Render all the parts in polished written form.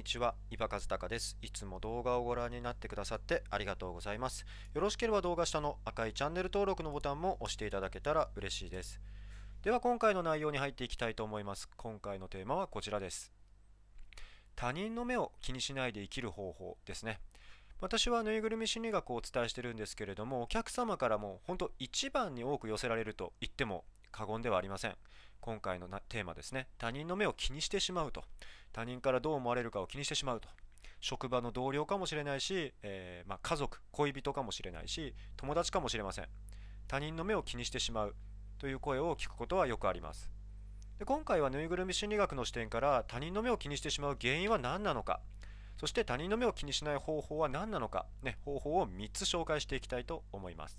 にちは、伊庭和孝です。いつも動画をご覧になってくださってありがとうございます。よろしければ動画下の赤いチャンネル登録のボタンも押していただけたら嬉しいです。では今回の内容に入っていきたいと思います。今回のテーマはこちらです。他人の目を気にしないで生きる方法ですね。私はぬいぐるみ心理学をお伝えしてるんですけれども、お客様からも本当一番に多く寄せられると言っても過言ではありません。今回のテーマですね。他人の目を気にしてしまうと。他人からどう思われるかを気にしてしまうと。職場の同僚かもしれないし、家族、恋人かもしれないし、友達かもしれません。他人の目を気にしてしまうという声を聞くことはよくあります。で、今回はぬいぐるみ心理学の視点から他人の目を気にしてしまう原因は何なのか、そして他人の目を気にしない方法は何なのか、方法を3つ紹介していきたいと思います。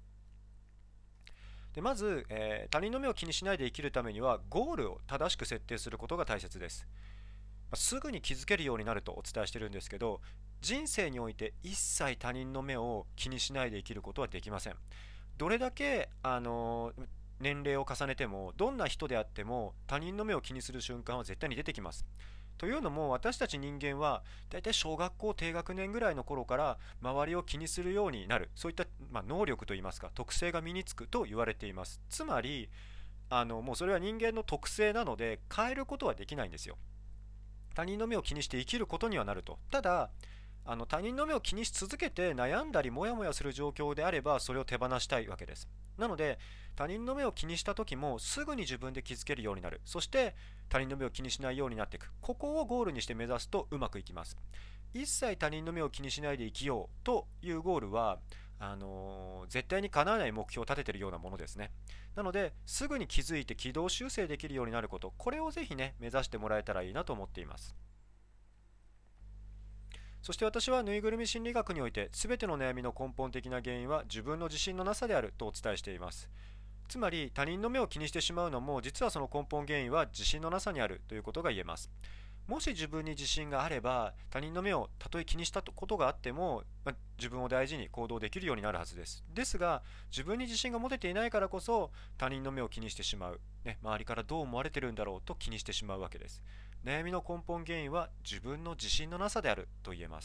でまず、他人の目を気にしないで生きるためにはゴールを正しく設定することが大切です。すぐに気づけるようになるとお伝えしてるんですけど、人生において一切他人の目を気にしないで生きることはできません。どれだけ、年齢を重ねても、どんな人であっても他人の目を気にする瞬間は絶対に出てきます。というのも、私たち人間はだいたい小学校低学年ぐらいの頃から周りを気にするようになる、そういった、能力といいますか特性が身につくと言われています。つまりもうそれは人間の特性なので変えることはできないんですよ。他人の目を気にして生きることにはなると。ただ他人の目を気にし続けて悩んだりモヤモヤする状況であればそれを手放したいわけです。なので他人の目を気にした時もすぐに自分で気づけるようになる、そして他人の目を気にしないようになっていく、ここをゴールにして目指すとうまくいきます。一切他人の目を気にしないで生きようというゴールは絶対に叶わない目標を立てているようなものですね。なのですぐに気づいて軌道修正できるようになること、これをぜひね目指してもらえたらいいなと思っています。そして私はぬいぐるみ心理学において全ての悩みの根本的な原因は自分の自信のなさであるとお伝えしています。つまり他人の目を気にしてしまうのも実はその根本原因は自信のなさにあるということが言えます。もし自分に自信があれば他人の目をたとえ気にしたことがあっても、自分を大事に行動できるようになるはずです。ですが自分に自信が持てていないからこそ他人の目を気にしてしまう、周りからどう思われてるんだろうと気にしてしまうわけです。悩みの根本原因は自分の自信のなさであると言えます。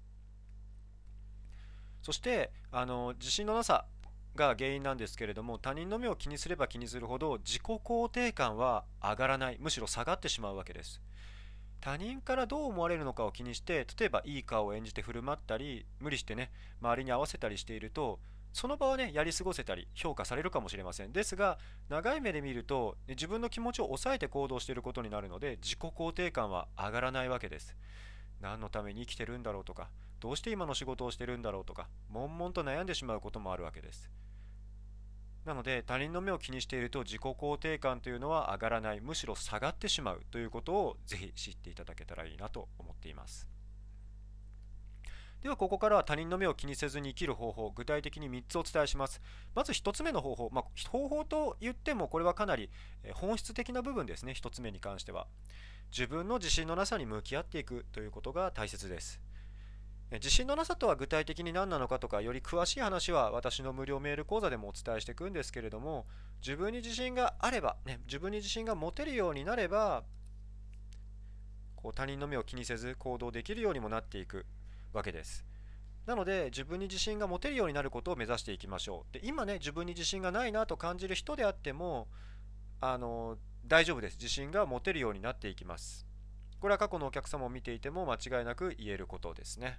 そして自信のなさが原因なんですけれども、他人の目を気にすれば気にするほど自己肯定感は上がらない、むしろ下がってしまうわけです。他人からどう思われるのかを気にして、例えばいい顔を演じて振る舞ったり無理してね周りに合わせたりしていると、その場はねやり過ごせたり評価されるかもしれません。ですが長い目で見ると自分の気持ちを抑えて行動していることになるので、自己肯定感は上がらないわけです。何のために生きてるんだろうとか、どうして今の仕事をしてるんだろうとか、悶々と悩んでしまうこともあるわけです。なので他人の目を気にしていると自己肯定感というのは上がらない、むしろ下がってしまうということをぜひ知っていただけたらいいなと思っています。ではここからは他人の目を気にせずに生きる方法、具体的に3つお伝えします。まず1つ目の方法、方法と言ってもこれはかなり本質的な部分ですね。1つ目に関しては自分の自信のなさに向き合っていくということが大切です。自信のなさとは具体的に何なのかとか、より詳しい話は私の無料メール講座でもお伝えしていくんですけれども、自分に自信があれば、自分に自信が持てるようになれば、他人の目を気にせず行動できるようにもなっていくわけです。なので自分に自信が持てるようになることを目指していきましょう。で今ね自分に自信がないなと感じる人であっても大丈夫です。自信が持てるようになっていきます。これは過去のお客様を見ていても間違いなく言えることですね。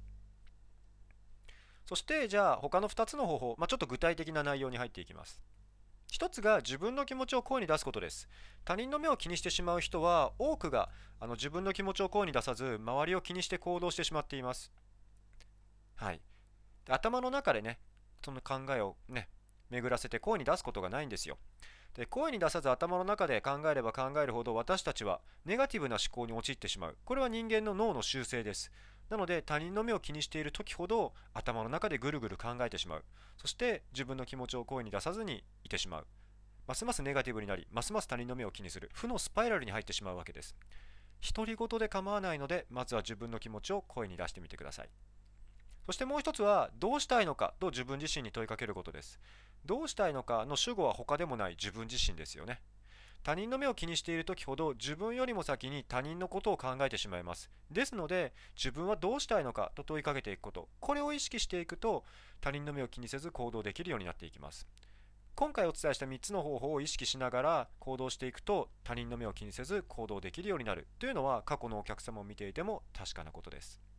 そしてじゃあ他の2つの方法、ちょっと具体的な内容に入っていきます。一つが自分の気持ちを声に出すことです。他人の目を気にしてしまう人は多くが自分の気持ちを声に出さず周りを気にして行動してしまっています。はい。で頭の中でねその考えをね巡らせて声に出すことがないんですよ。で声に出さず頭の中で考えれば考えるほど私たちはネガティブな思考に陥ってしまう。これは人間の脳の習性です。なので他人の目を気にしている時ほど頭の中でぐるぐる考えてしまう。そして自分の気持ちを声に出さずにいてしまう。ますますネガティブになり、ますます他人の目を気にする負のスパイラルに入ってしまうわけです。独り言で構わないので、まずは自分の気持ちを声に出してみてください。そしてもう一つはどうしたいのかと自分自身に問いかけることです。どうしたいのかの主語は他でもない自分自身ですよね。 他人の目を気にしている時ほど自分よりも先に他人のことを考えてしまいます。ですので、自分はどうしたいのかと問いかけていくこと、これを意識していくと、他人の目を気にせず行動できるようになっていきます。今回お伝えした3つの方法を意識しながら行動していくと、他人の目を気にせず行動できるようになるというのは過去のお客様を見ていても確かなことです。